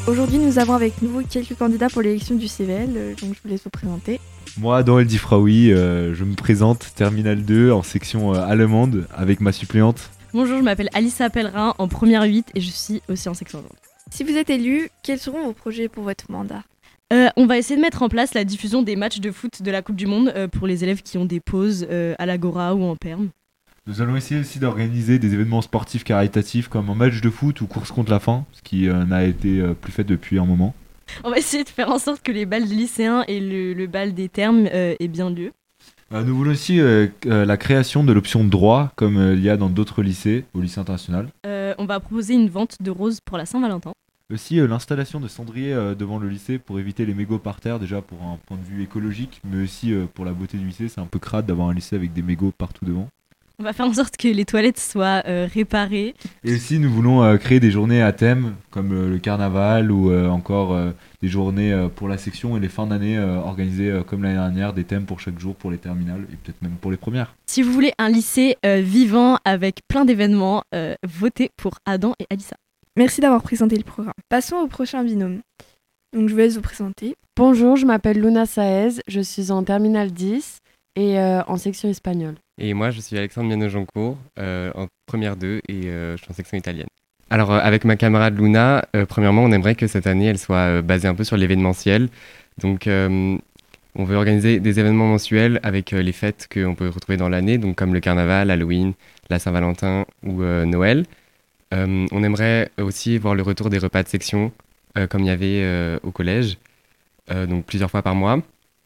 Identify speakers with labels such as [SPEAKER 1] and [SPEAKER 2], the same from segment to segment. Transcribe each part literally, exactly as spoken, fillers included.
[SPEAKER 1] Aujourd'hui, nous avons avec nous quelques candidats pour l'élection du C V L, euh, donc je vous laisse vous présenter.
[SPEAKER 2] Moi, dans El Difraoui, euh, je me présente Terminal deux en section euh, allemande avec ma suppléante.
[SPEAKER 3] Bonjour, je m'appelle Alissa Pellerin en première huit et je suis aussi en section allemande.
[SPEAKER 1] Si vous êtes élu, quels seront vos projets pour votre mandat ?
[SPEAKER 3] Euh, on va essayer de mettre en place la diffusion des matchs de foot de la Coupe du Monde euh, pour les élèves qui ont des pauses euh, à l'Agora ou en perm.
[SPEAKER 2] Nous allons essayer aussi d'organiser des événements sportifs caritatifs comme un match de foot ou course contre la faim, ce qui euh, n'a été euh, plus fait depuis un moment.
[SPEAKER 3] On va essayer de faire en sorte que les balles des lycéens et le, le bal des termes euh, aient bien lieu.
[SPEAKER 2] Euh, nous voulons aussi euh, euh, la création de l'option droit, comme euh, il y a dans d'autres lycées, au lycée international.
[SPEAKER 3] Euh, on va proposer une vente de roses pour la Saint-Valentin.
[SPEAKER 2] Aussi euh, l'installation de cendriers euh, devant le lycée pour éviter les mégots par terre, déjà pour un point de vue écologique, mais aussi euh, pour la beauté du lycée. C'est un peu crade d'avoir un lycée avec des mégots partout devant.
[SPEAKER 3] On va faire en sorte que les toilettes soient euh, réparées.
[SPEAKER 2] Et aussi nous voulons euh, créer des journées à thème, comme euh, le carnaval ou euh, encore euh, des journées euh, pour la section et les fins d'année euh, organisées euh, comme l'année dernière, des thèmes pour chaque jour pour les terminales et peut-être même pour les premières.
[SPEAKER 3] Si vous voulez un lycée euh, vivant avec plein d'événements, euh, votez pour Adam et Alissa.
[SPEAKER 1] Merci d'avoir présenté le programme. Passons au prochain binôme. Donc je vais vous présenter.
[SPEAKER 4] Bonjour, je m'appelle Luna Saez, je suis en terminale dix et euh, en section espagnole.
[SPEAKER 5] Et moi, je suis Alexandre Miano-Joncourt, euh, en première deux et euh, je suis en section italienne. Alors, euh, avec ma camarade Luna, euh, premièrement, on aimerait que cette année, elle soit euh, basée un peu sur l'événementiel. Donc, euh, on veut organiser des événements mensuels avec euh, les fêtes qu'on peut retrouver dans l'année, donc comme le carnaval, Halloween, la Saint-Valentin ou euh, Noël. Euh, on aimerait aussi voir le retour des repas de section, euh, comme il y avait euh, au collège, euh, donc plusieurs fois par mois.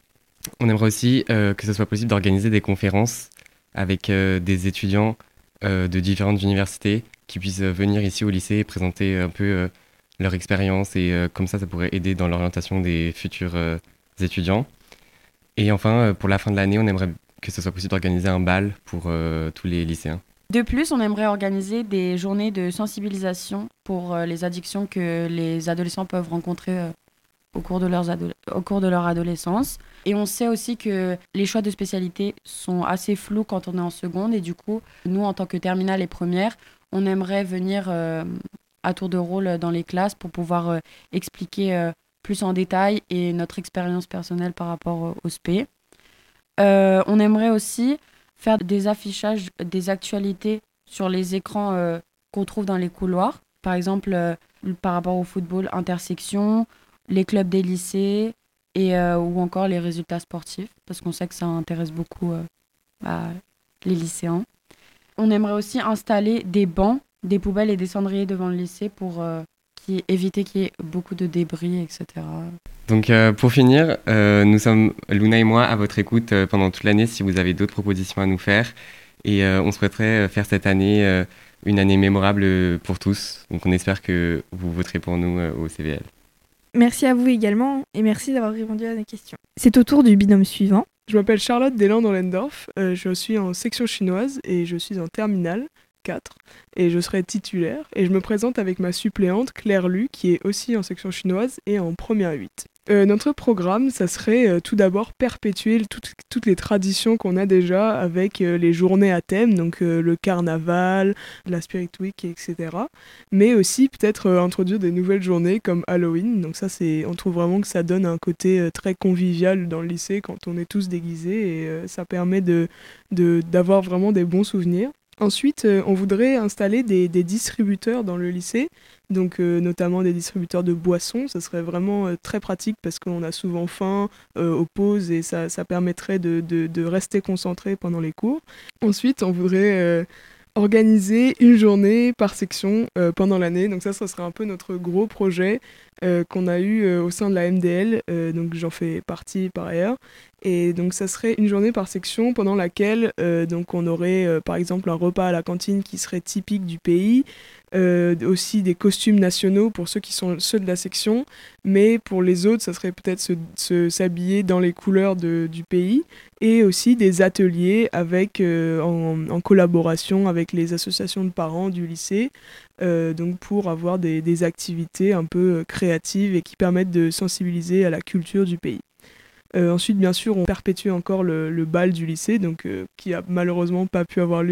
[SPEAKER 5] On aimerait aussi euh, que ce soit possible d'organiser des conférences avec euh, des étudiants euh, de différentes universités qui puissent euh, venir ici au lycée et présenter un peu euh, leur expérience et euh, comme ça, ça pourrait aider dans l'orientation des futurs euh, étudiants. Et enfin, euh, pour la fin de l'année, on aimerait que ce soit possible d'organiser un bal pour euh, tous les lycéens.
[SPEAKER 4] De plus, on aimerait organiser des journées de sensibilisation pour euh, les addictions que les adolescents peuvent rencontrer euh, au cours de leurs ado- au cours de leur adolescence. Et on sait aussi que les choix de spécialité sont assez flous quand on est en seconde. Et du coup, nous, en tant que terminale et première, on aimerait venir euh, à tour de rôle dans les classes pour pouvoir euh, expliquer euh, plus en détail et notre expérience personnelle par rapport euh, au S P. Euh, on aimerait aussi faire des affichages des actualités sur les écrans euh, qu'on trouve dans les couloirs. Par exemple, euh, par rapport au football intersection, les clubs des lycées et, euh, ou encore les résultats sportifs, parce qu'on sait que ça intéresse beaucoup euh, bah, les lycéens. On aimerait aussi installer des bancs, des poubelles et des cendriers devant le lycée pour euh, qui, éviter qu'il y ait beaucoup de débris, et cetera.
[SPEAKER 5] Donc euh, pour finir, euh, nous sommes, Luna et moi, à votre écoute euh, pendant toute l'année si vous avez d'autres propositions à nous faire. Et euh, on souhaiterait faire cette année euh, une année mémorable pour tous. Donc on espère que vous voterez pour nous euh, au C V L.
[SPEAKER 1] Merci à vous également et merci d'avoir répondu à nos questions. C'est au tour du binôme suivant.
[SPEAKER 6] Je m'appelle Charlotte Deslandes-Ollendorf, euh, je suis en section chinoise et je suis en terminale quatre et je serai titulaire et je me présente avec ma suppléante Claire Lu qui est aussi en section chinoise et en première huit. Euh, notre programme, ça serait euh, tout d'abord perpétuer toutes, toutes les traditions qu'on a déjà avec euh, les journées à thème, donc euh, le carnaval, la Spirit Week, et cetera. Mais aussi peut-être euh, introduire des nouvelles journées comme Halloween. Donc ça, c'est, on trouve vraiment que ça donne un côté euh, très convivial dans le lycée quand on est tous déguisés et euh, ça permet de, de, d'avoir vraiment des bons souvenirs. Ensuite, euh, on voudrait installer des, des distributeurs dans le lycée, donc euh, notamment des distributeurs de boissons. Ça serait vraiment euh, très pratique parce qu'on a souvent faim euh, aux pauses et ça, ça permettrait de, de, de rester concentré pendant les cours. Ensuite, on voudrait euh, organiser une journée par section euh, pendant l'année. Donc ça, ça serait un peu notre gros projet euh, qu'on a eu euh, au sein de la M D L. Euh, donc j'en fais partie par ailleurs. Et donc ça serait une journée par section pendant laquelle euh, donc on aurait euh, par exemple un repas à la cantine qui serait typique du pays, euh, aussi des costumes nationaux pour ceux qui sont ceux de la section, mais pour les autres ça serait peut-être se, se, s'habiller dans les couleurs de, du pays, et aussi des ateliers avec, euh, en, en collaboration avec les associations de parents du lycée, euh, donc pour avoir des, des activités un peu créatives et qui permettent de sensibiliser à la culture du pays. Euh, ensuite, bien sûr, on perpétue encore le, le bal du lycée, donc, euh, qui a malheureusement pas pu avoir lieu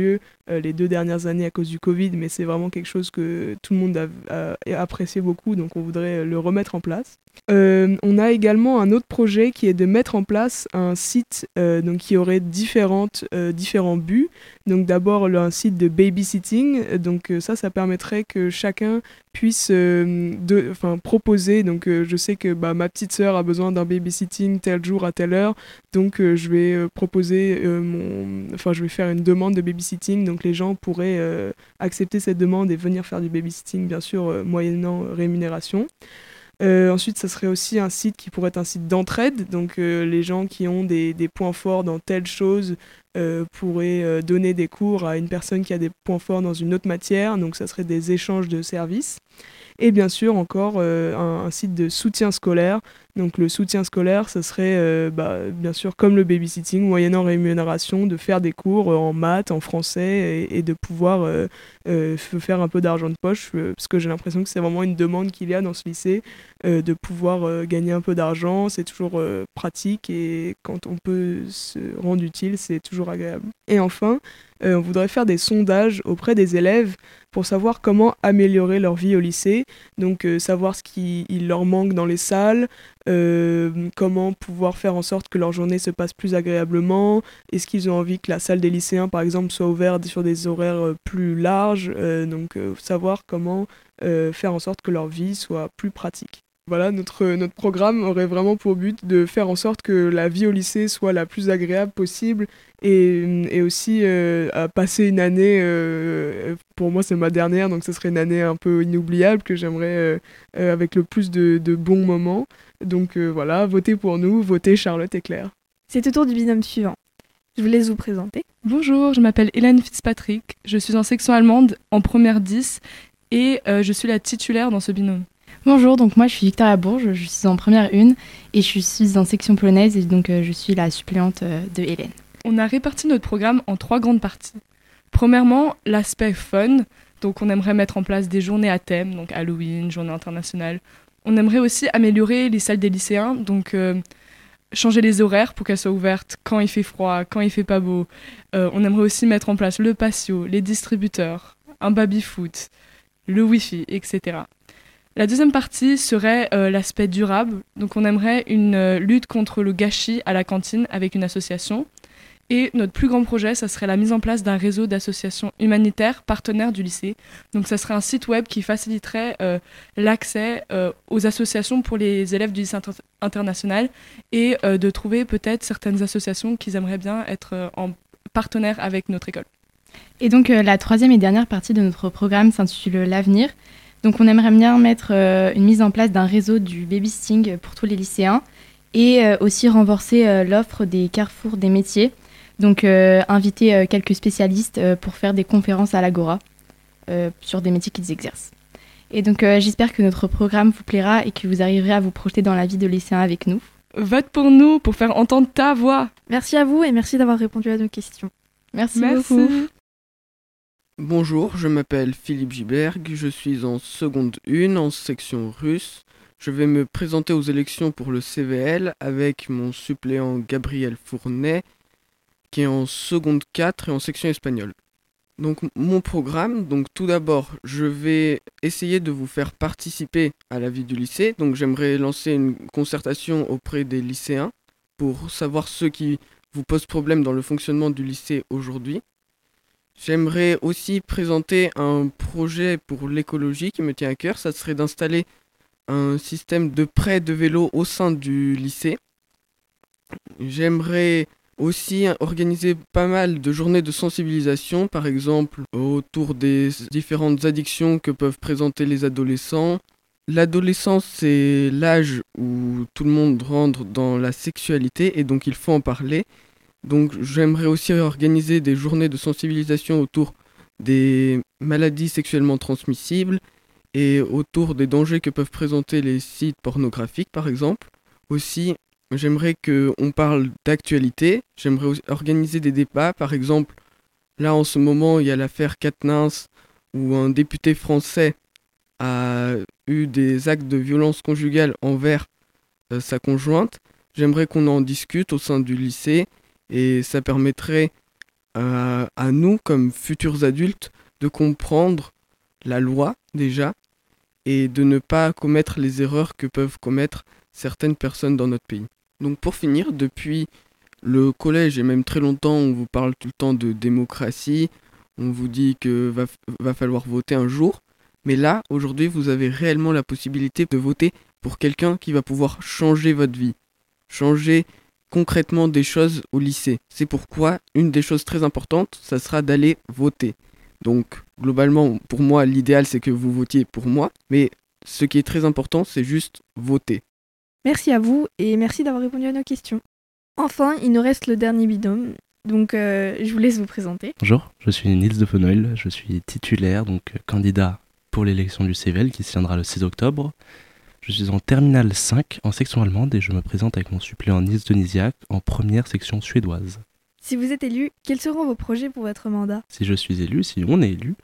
[SPEAKER 6] euh, les deux dernières années à cause du Covid, mais c'est vraiment quelque chose que tout le monde a, a- a apprécié beaucoup, donc on voudrait le remettre en place. Euh, on a également un autre projet qui est de mettre en place un site euh, donc, qui aurait différentes, euh, différents buts. Donc d'abord le- un site de babysitting, donc euh, ça, ça permettrait que chacun puisse euh, de, enfin, proposer. Donc euh, je sais que bah, ma petite sœur a besoin d'un babysitting tel jour à telle heure, donc euh, je vais euh, proposer euh, mon, enfin je vais faire une demande de babysitting. Donc les gens pourraient euh, accepter cette demande et venir faire du babysitting, bien sûr euh, moyennant euh, rémunération. Euh, ensuite, ça serait aussi un site qui pourrait être un site d'entraide. Donc, euh, les gens qui ont des, des points forts dans telle chose euh, pourraient euh, donner des cours à une personne qui a des points forts dans une autre matière. Donc, ça serait des échanges de services. Et bien sûr, encore euh, un, un site de soutien scolaire. Donc, le soutien scolaire, ça serait euh, bah, bien sûr comme le babysitting, moyennant rémunération, de faire des cours en maths, en français et, et de pouvoir euh, euh, faire un peu d'argent de poche. euh, parce que j'ai l'impression que c'est vraiment une demande qu'il y a dans ce lycée. Euh, de pouvoir euh, gagner un peu d'argent, c'est toujours euh, pratique et quand on peut se rendre utile, c'est toujours agréable. Et enfin, euh, on voudrait faire des sondages auprès des élèves pour savoir comment améliorer leur vie au lycée, donc euh, savoir ce qui il leur manque dans les salles, euh, comment pouvoir faire en sorte que leur journée se passe plus agréablement, est-ce qu'ils ont envie que la salle des lycéens, par exemple, soit ouverte sur des horaires euh, plus larges, euh, donc euh, savoir comment euh, faire en sorte que leur vie soit plus pratique. Voilà, notre, notre programme aurait vraiment pour but de faire en sorte que la vie au lycée soit la plus agréable possible et, et aussi euh, à passer une année, euh, pour moi c'est ma dernière, donc ce serait une année un peu inoubliable que j'aimerais euh, euh, avec le plus de, de bons moments. Donc euh, voilà, votez pour nous, votez Charlotte et Claire.
[SPEAKER 1] C'est au tour du binôme suivant. Je vous laisse vous présenter.
[SPEAKER 7] Bonjour, je m'appelle Hélène Fitzpatrick, je suis en section allemande en première dix et euh, je suis la titulaire dans ce binôme.
[SPEAKER 8] Bonjour, donc moi je suis Victoria Bourges, je suis en première une et je suis en section polonaise et donc euh, je suis la suppléante euh, de Hélène.
[SPEAKER 7] On a réparti notre programme en trois grandes parties. Premièrement, l'aspect fun, donc on aimerait mettre en place des journées à thème, donc Halloween, journée internationale. On aimerait aussi améliorer les salles des lycéens, donc euh, changer les horaires pour qu'elles soient ouvertes quand il fait froid, quand il fait pas beau. Euh, on aimerait aussi mettre en place le patio, les distributeurs, un baby-foot, le Wi-Fi, et cetera. La deuxième partie serait euh, l'aspect durable. Donc on aimerait une euh, lutte contre le gâchis à la cantine avec une association. Et notre plus grand projet, ça serait la mise en place d'un réseau d'associations humanitaires partenaires du lycée. Donc ça serait un site web qui faciliterait euh, l'accès euh, aux associations pour les élèves du lycée inter- international et euh, de trouver peut-être certaines associations qui aimeraient bien être euh, en partenaire avec notre école.
[SPEAKER 8] Et donc euh, la troisième et dernière partie de notre programme s'intitule L'avenir. Donc on aimerait bien mettre euh, une mise en place d'un réseau du babysitting pour tous les lycéens et euh, aussi renforcer euh, l'offre des carrefours des métiers. Donc euh, inviter euh, quelques spécialistes euh, pour faire des conférences à l'Agora euh, sur des métiers qu'ils exercent. Et donc euh, j'espère que notre programme vous plaira et que vous arriverez à vous projeter dans la vie de lycéen avec nous.
[SPEAKER 7] Vote pour nous pour faire entendre ta voix.
[SPEAKER 1] Merci à vous et merci d'avoir répondu à nos questions.
[SPEAKER 8] Merci,
[SPEAKER 7] Merci.
[SPEAKER 8] beaucoup.
[SPEAKER 9] Bonjour, je m'appelle Philippe Giberg, je suis en seconde une en section russe. Je vais me présenter aux élections pour le C V L avec mon suppléant Gabriel Fournet qui est en seconde quatre et en section espagnole. Donc mon programme, donc tout d'abord, je vais essayer de vous faire participer à la vie du lycée. Donc j'aimerais lancer une concertation auprès des lycéens pour savoir ce qui vous pose problème dans le fonctionnement du lycée aujourd'hui. J'aimerais aussi présenter un projet pour l'écologie qui me tient à cœur. Ça serait d'installer un système de prêt de vélo au sein du lycée. J'aimerais aussi organiser pas mal de journées de sensibilisation, par exemple autour des différentes addictions que peuvent présenter les adolescents. L'adolescence, c'est l'âge où tout le monde rentre dans la sexualité et donc il faut en parler. Donc j'aimerais aussi organiser des journées de sensibilisation autour des maladies sexuellement transmissibles et autour des dangers que peuvent présenter les sites pornographiques par exemple. Aussi, j'aimerais qu'on parle d'actualité, j'aimerais aussi organiser des débats. Par exemple, là en ce moment il y a l'affaire Quatennens où un député français a eu des actes de violence conjugale envers euh, sa conjointe. J'aimerais qu'on en discute au sein du lycée. Et ça permettrait à, à nous, comme futurs adultes, de comprendre la loi déjà et de ne pas commettre les erreurs que peuvent commettre certaines personnes dans notre pays. Donc pour finir, depuis le collège et même très longtemps, on vous parle tout le temps de démocratie, on vous dit que va, va falloir voter un jour, mais là, aujourd'hui, vous avez réellement la possibilité de voter pour quelqu'un qui va pouvoir changer votre vie, changer concrètement des choses au lycée. C'est pourquoi une des choses très importantes, ça sera d'aller voter. Donc globalement, pour moi, l'idéal c'est que vous votiez pour moi, mais ce qui est très important, c'est juste voter.
[SPEAKER 1] Merci à vous et merci d'avoir répondu à nos questions. Enfin, il nous reste le dernier binôme, donc euh, je vous laisse vous présenter.
[SPEAKER 10] Bonjour, je suis Nils de Fenoil, je suis titulaire, donc euh, candidat pour l'élection du C V L qui se tiendra le six octobre. Je suis en terminale cinq en section allemande et je me présente avec mon suppléant Nils de Nisiac en première section suédoise.
[SPEAKER 1] Si vous êtes élu, quels seront vos projets pour votre mandat ?
[SPEAKER 10] Si je suis élu, si on est élu,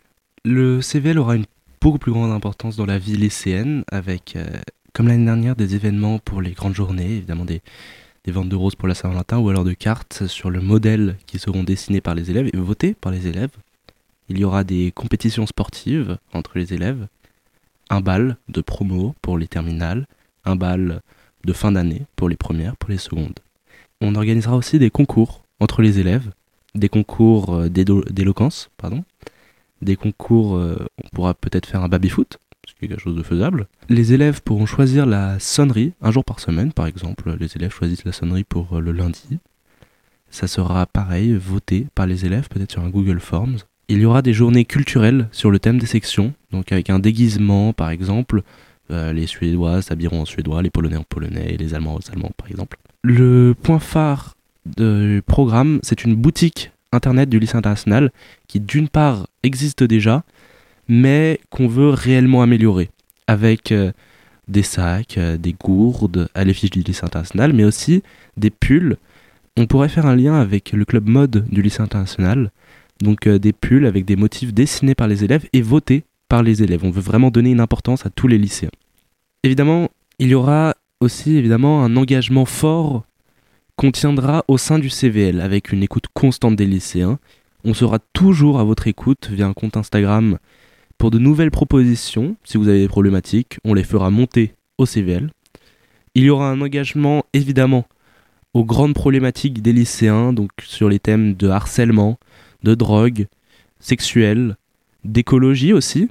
[SPEAKER 10] le C V L aura une beaucoup plus grande importance dans la vie lycéenne avec, euh, comme l'année dernière, des événements pour les grandes journées, évidemment des, des ventes de roses pour la Saint-Valentin ou alors de cartes sur le modèle qui seront dessinés par les élèves et votés par les élèves. Il y aura des compétitions sportives entre les élèves, un bal de promo pour les terminales, un bal de fin d'année pour les premières, pour les secondes. On organisera aussi des concours entre les élèves, des concours d'élo- d'éloquence, pardon, des concours, euh, on pourra peut-être faire un baby-foot, ce qui est quelque chose de faisable. Les élèves pourront choisir la sonnerie, un jour par semaine par exemple, les élèves choisissent la sonnerie pour euh, le lundi. Ça sera pareil, voté par les élèves, peut-être sur un Google Forms. Il y aura des journées culturelles sur le thème des sections, donc avec un déguisement par exemple, euh, les Suédois s'habilleront en suédois, les Polonais en polonais et les Allemands en allemands par exemple. Le point phare du programme, c'est une boutique internet du lycée international qui d'une part existe déjà, mais qu'on veut réellement améliorer, avec euh, des sacs, euh, des gourdes à l'effigie du lycée international, mais aussi des pulls. On pourrait faire un lien avec le club mode du lycée international, donc euh, des pulls avec des motifs dessinés par les élèves et votés par les élèves. On veut vraiment donner une importance à tous les lycéens. Évidemment, il y aura aussi évidemment un engagement fort qu'on tiendra au sein du C V L avec une écoute constante des lycéens. On sera toujours à votre écoute via un compte Instagram pour de nouvelles propositions. Si vous avez des problématiques, on les fera monter au C V L. Il y aura un engagement évidemment aux grandes problématiques des lycéens, donc sur les thèmes de harcèlement, de drogue, sexuelle, d'écologie aussi.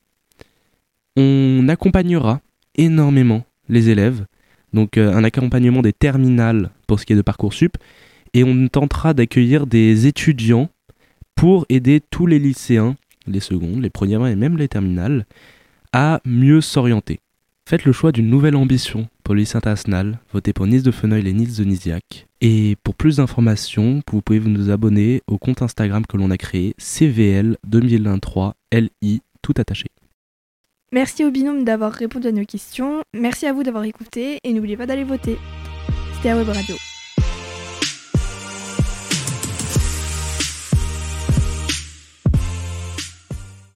[SPEAKER 10] On accompagnera énormément les élèves, donc euh, un accompagnement des terminales pour ce qui est de Parcoursup, et on tentera d'accueillir des étudiants pour aider tous les lycéens, les secondes, les premières et même les terminales, à mieux s'orienter. Faites le choix d'une nouvelle ambition pour le lycée international, votez pour Nils de Fenoil et Nils de Nisiac. Et pour plus d'informations, vous pouvez vous abonner au compte Instagram que l'on a créé, C V L deux mille vingt-trois L I, tout attaché.
[SPEAKER 1] Merci au binôme d'avoir répondu à nos questions, merci à vous d'avoir écouté et n'oubliez pas d'aller voter. C'était à Web Radio.